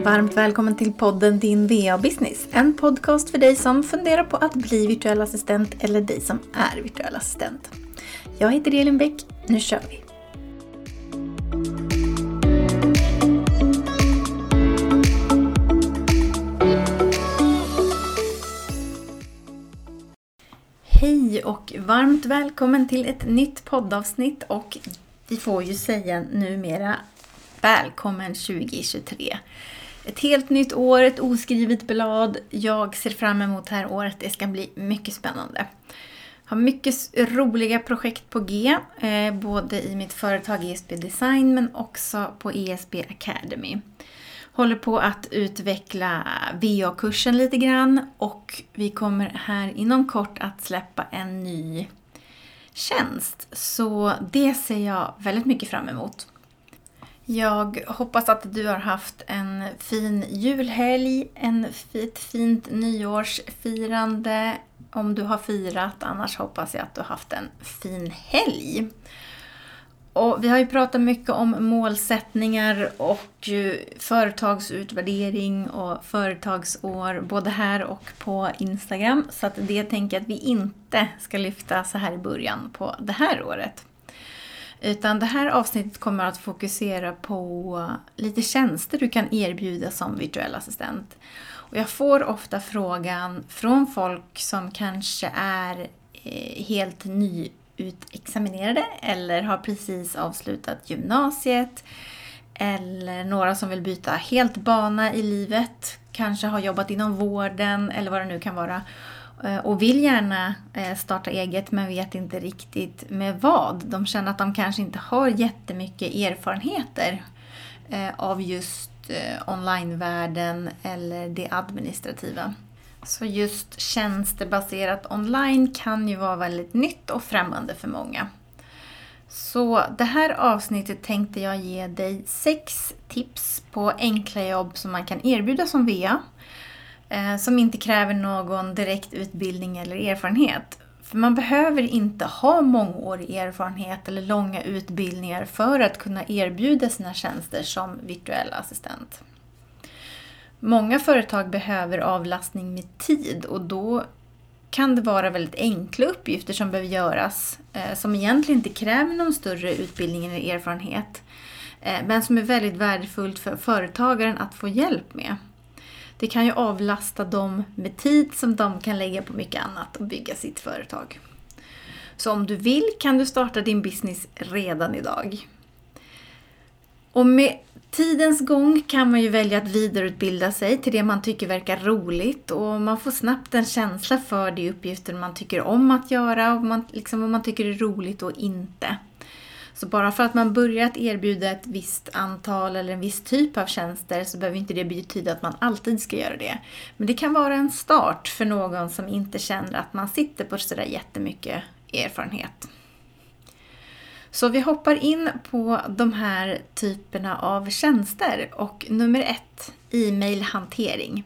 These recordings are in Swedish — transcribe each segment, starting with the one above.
Varmt välkommen till podden Din VA-business. En podcast för dig som funderar på att bli virtuell assistent eller dig som är virtuell assistent. Jag heter Elin Bäck. Nu kör vi! Hej och varmt välkommen till ett nytt poddavsnitt och vi får ju säga numera välkommen 2023. Ett helt nytt år, ett oskrivet blad. Jag ser fram emot det här året. Det ska bli mycket spännande. Har mycket roliga projekt på G. Både i mitt företag ESP Design men också på ESP Academy. Håller på att utveckla VA-kursen lite grann. Och vi kommer här inom kort att släppa en ny tjänst. Så det ser jag väldigt mycket fram emot. Jag hoppas att du har haft en fin julhelg, ett fint nyårsfirande om du har firat. Annars hoppas jag att du har haft en fin helg. Och vi har ju pratat mycket om målsättningar och företagsutvärdering och företagsår både här och på Instagram. Så att det tänker jag att vi inte ska lyfta så här i början på det här året. Utan det här avsnittet kommer att fokusera på lite tjänster du kan erbjuda som virtuell assistent. Och jag får ofta frågan från folk som kanske är helt nyutexaminerade eller har precis avslutat gymnasiet. Eller några som vill byta helt bana i livet. Kanske har jobbat inom vården eller vad det nu kan vara. Och vill gärna starta eget men vet inte riktigt med vad. De känner att de kanske inte har jättemycket erfarenheter av just onlinevärlden eller det administrativa. Så just tjänstebaserat online kan ju vara väldigt nytt och främmande för många. Så det här avsnittet tänkte jag ge dig 6 tips på enkla jobb som man kan erbjuda som VA. Som inte kräver någon direkt utbildning eller erfarenhet. För man behöver inte ha mångårig erfarenhet eller långa utbildningar för att kunna erbjuda sina tjänster som virtuell assistent. Många företag behöver avlastning med tid och då kan det vara väldigt enkla uppgifter som behöver göras. Som egentligen inte kräver någon större utbildning eller erfarenhet. Men som är väldigt värdefullt för företagaren att få hjälp med. Det kan ju avlasta dem med tid som de kan lägga på mycket annat och bygga sitt företag. Så om du vill kan du starta din business redan idag. Och med tidens gång kan man ju välja att vidareutbilda sig till det man tycker verkar roligt. Och man får snabbt en känsla för de uppgifter man tycker om att göra och vad man tycker är roligt och inte. Så bara för att man börjar att erbjuda ett visst antal eller en viss typ av tjänster så behöver inte det betyda att man alltid ska göra det. Men det kan vara en start för någon som inte känner att man sitter på sådär jättemycket erfarenhet. Så vi hoppar in på de här typerna av tjänster. Och nummer 1, e-mailhantering.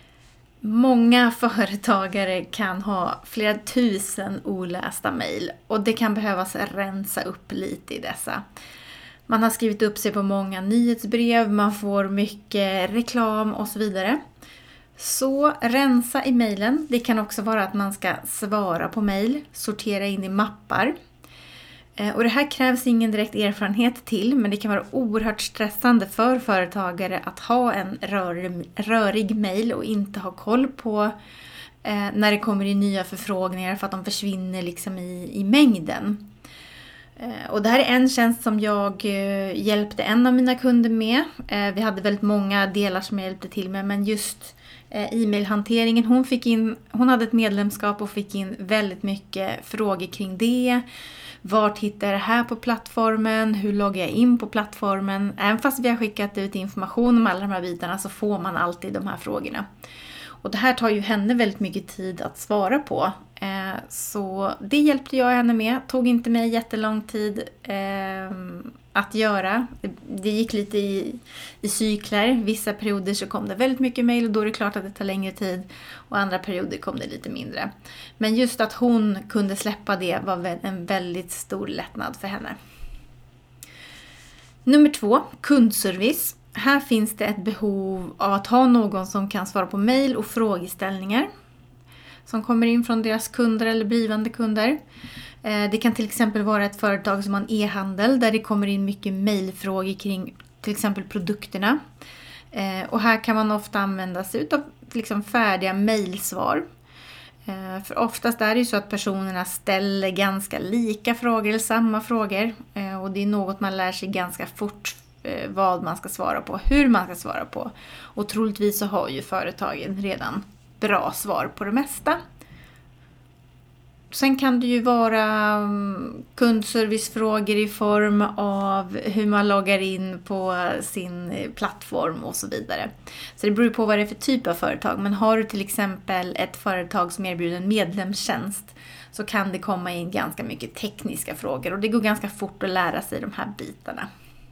Många företagare kan ha flera tusen olästa mejl och det kan behövas rensa upp lite i dessa. Man har skrivit upp sig på många nyhetsbrev, man får mycket reklam och så vidare. Så rensa i mejlen. Det kan också vara att man ska svara på mejl, sortera in i mappar. Och det här krävs ingen direkt erfarenhet till, men det kan vara oerhört stressande för företagare att ha en rörig mejl och inte ha koll på när det kommer in nya förfrågningar för att de försvinner liksom i mängden. Och det här är en tjänst som jag hjälpte en av mina kunder med. Vi hade väldigt många delar som jag hjälpte till med, men just e-mailhanteringen, hon hade ett medlemskap och fick in väldigt mycket frågor kring det. Vart hittar jag det här på plattformen? Hur loggar jag in på plattformen? Även fast vi har skickat ut information om alla de här bitarna så får man alltid de här frågorna. Och det här tar ju henne väldigt mycket tid att svara på. Så det hjälpte jag henne med. Tog inte mig jättelång tid att göra. Det gick lite i cykler. Vissa perioder så kom det väldigt mycket mejl och då är det klart att det tar längre tid. Och andra perioder kom det lite mindre. Men just att hon kunde släppa det var en väldigt stor lättnad för henne. Nummer 2, kundservice. Här finns det ett behov av att ha någon som kan svara på mejl och frågeställningar som kommer in från deras kunder eller blivande kunder. Det kan till exempel vara ett företag som har en e-handel där det kommer in mycket mejlfrågor kring till exempel produkterna. Och här kan man ofta använda sig av liksom färdiga mejlsvar. För oftast är det ju så att personerna ställer ganska lika frågor eller samma frågor. Och det är något man lär sig ganska fort vad man ska svara på, hur man ska svara på. Och troligtvis så har ju företagen redan bra svar på det mesta. Sen kan det ju vara kundservicefrågor i form av hur man loggar in på sin plattform och så vidare. Så det beror på vad det är för typ av företag. Men har du till exempel ett företag som erbjuder en medlemstjänst så kan det komma in ganska mycket tekniska frågor. Och det går ganska fort att lära sig de här bitarna.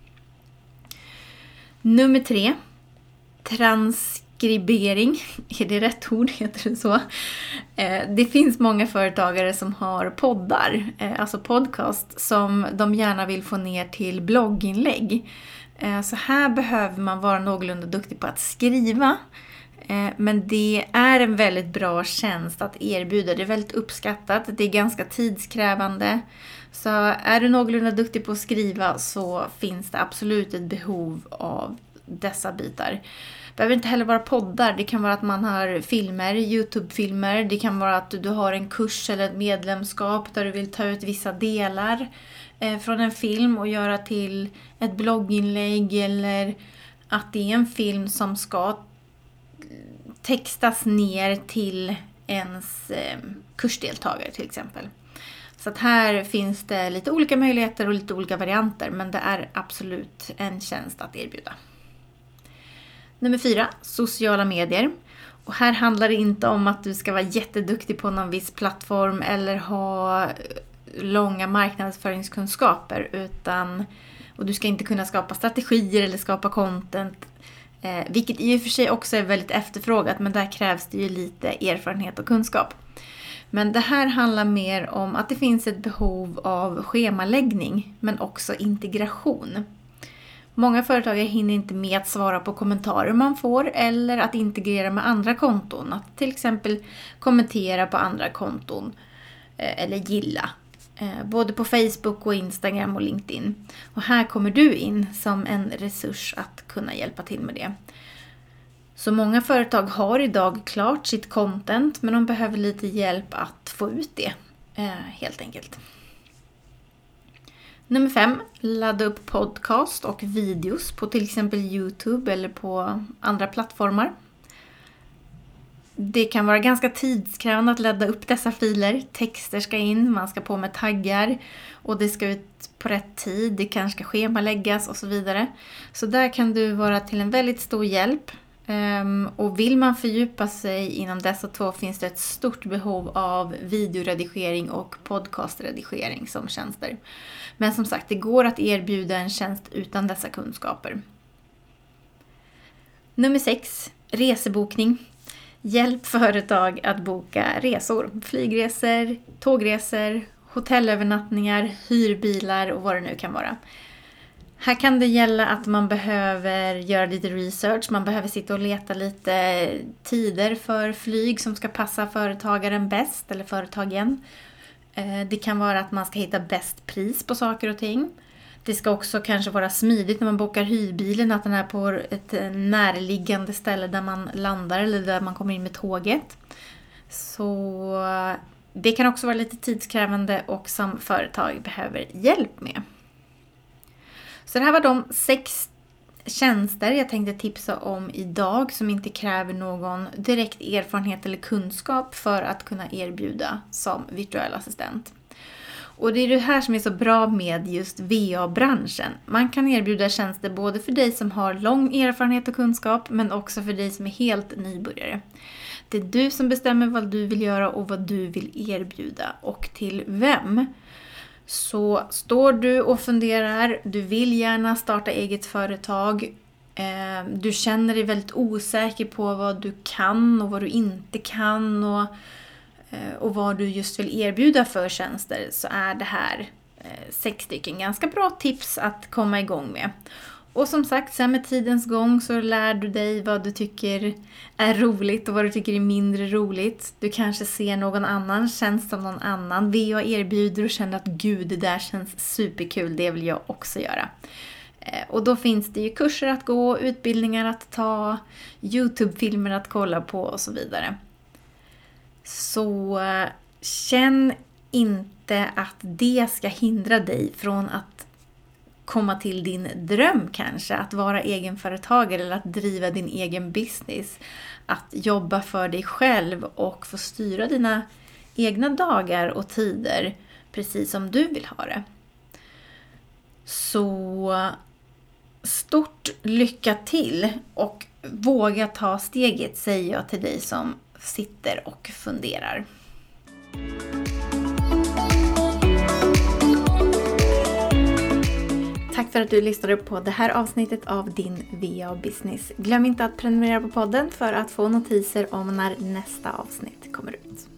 Nummer 3. Transkribering. Är det rätt ord? Heter det så? Det finns många företagare som har poddar, alltså podcast, som de gärna vill få ner till blogginlägg. Så här behöver man vara någorlunda duktig på att skriva. Men det är en väldigt bra tjänst att erbjuda. Det är väldigt uppskattat. Det är ganska tidskrävande. Så är du någorlunda duktig på att skriva så finns det absolut ett behov av dessa bitar. Det behöver inte heller vara poddar. Det kan vara att man har filmer, YouTube-filmer. Det kan vara att du har en kurs eller ett medlemskap där du vill ta ut vissa delar från en film och göra till ett blogginlägg. Eller att det är en film som ska textas ner till ens kursdeltagare till exempel. Så att här finns det lite olika möjligheter och lite olika varianter, men det är absolut en tjänst att erbjuda. Nummer 4, sociala medier. Och här handlar det inte om att du ska vara jätteduktig på någon viss plattform eller ha långa marknadsföringskunskaper, och du ska inte kunna skapa strategier eller skapa content. Vilket i och för sig också är väldigt efterfrågat, men där krävs det ju lite erfarenhet och kunskap. Men det här handlar mer om att det finns ett behov av schemaläggning, men också integration. Många företagare hinner inte med att svara på kommentarer man får eller att integrera med andra konton. Att till exempel kommentera på andra konton eller gilla. Både på Facebook och Instagram och LinkedIn. Och här kommer du in som en resurs att kunna hjälpa till med det. Så många företag har idag klart sitt content, men de behöver lite hjälp att få ut det helt enkelt. Nummer 5. Ladda upp podcast och videos på till exempel YouTube eller på andra plattformar. Det kan vara ganska tidskrävande att ladda upp dessa filer. Texter ska in, man ska på med taggar och det ska ut på rätt tid. Det kanske ska schemaläggas och så vidare. Så där kan du vara till en väldigt stor hjälp. Och vill man fördjupa sig inom dessa två finns det ett stort behov av videoredigering och podcastredigering som tjänster. Men som sagt, det går att erbjuda en tjänst utan dessa kunskaper. Nummer 6. Resebokning. Hjälp företag att boka resor. Flygresor, tågresor, hotellövernattningar, hyrbilar och vad det nu kan vara. Här kan det gälla att man behöver göra lite research. Man behöver sitta och leta lite tider för flyg som ska passa företagaren bäst eller företagen. Det kan vara att man ska hitta bäst pris på saker och ting. Det ska också kanske vara smidigt när man bokar hyrbilen, att den är på ett närliggande ställe där man landar eller där man kommer in med tåget. Så det kan också vara lite tidskrävande och som företag behöver hjälp med. Så det här var de 6 tjänster jag tänkte tipsa om idag som inte kräver någon direkt erfarenhet eller kunskap för att kunna erbjuda som virtuell assistent. Och det är det här som är så bra med just VA-branschen. Man kan erbjuda tjänster både för dig som har lång erfarenhet och kunskap, men också för dig som är helt nybörjare. Det är du som bestämmer vad du vill göra och vad du vill erbjuda och till vem. Så står du och funderar, du vill gärna starta eget företag, du känner dig väldigt osäker på vad du kan och vad du inte kan och vad du just vill erbjuda för tjänster, så är det här 6 stycken ganska bra tips att komma igång med. Och som sagt, sen med tidens gång så lär du dig vad du tycker är roligt och vad du tycker är mindre roligt. Du kanske ser någon annan tjänst som någon annan VA erbjuder och känner att gud, det där känns superkul, det vill jag också göra. Och då finns det ju kurser att gå, utbildningar att ta, YouTube-filmer att kolla på och så vidare. Så känn inte att det ska hindra dig från att komma till din dröm kanske. Att vara egenföretagare eller att driva din egen business. Att jobba för dig själv och få styra dina egna dagar och tider precis som du vill ha det. Så stort lycka till och våga ta steget, säger jag till dig som sitter och funderar. Tack för att du lyssnade på det här avsnittet av din VA Business. Glöm inte att prenumerera på podden för att få notiser om när nästa avsnitt kommer ut.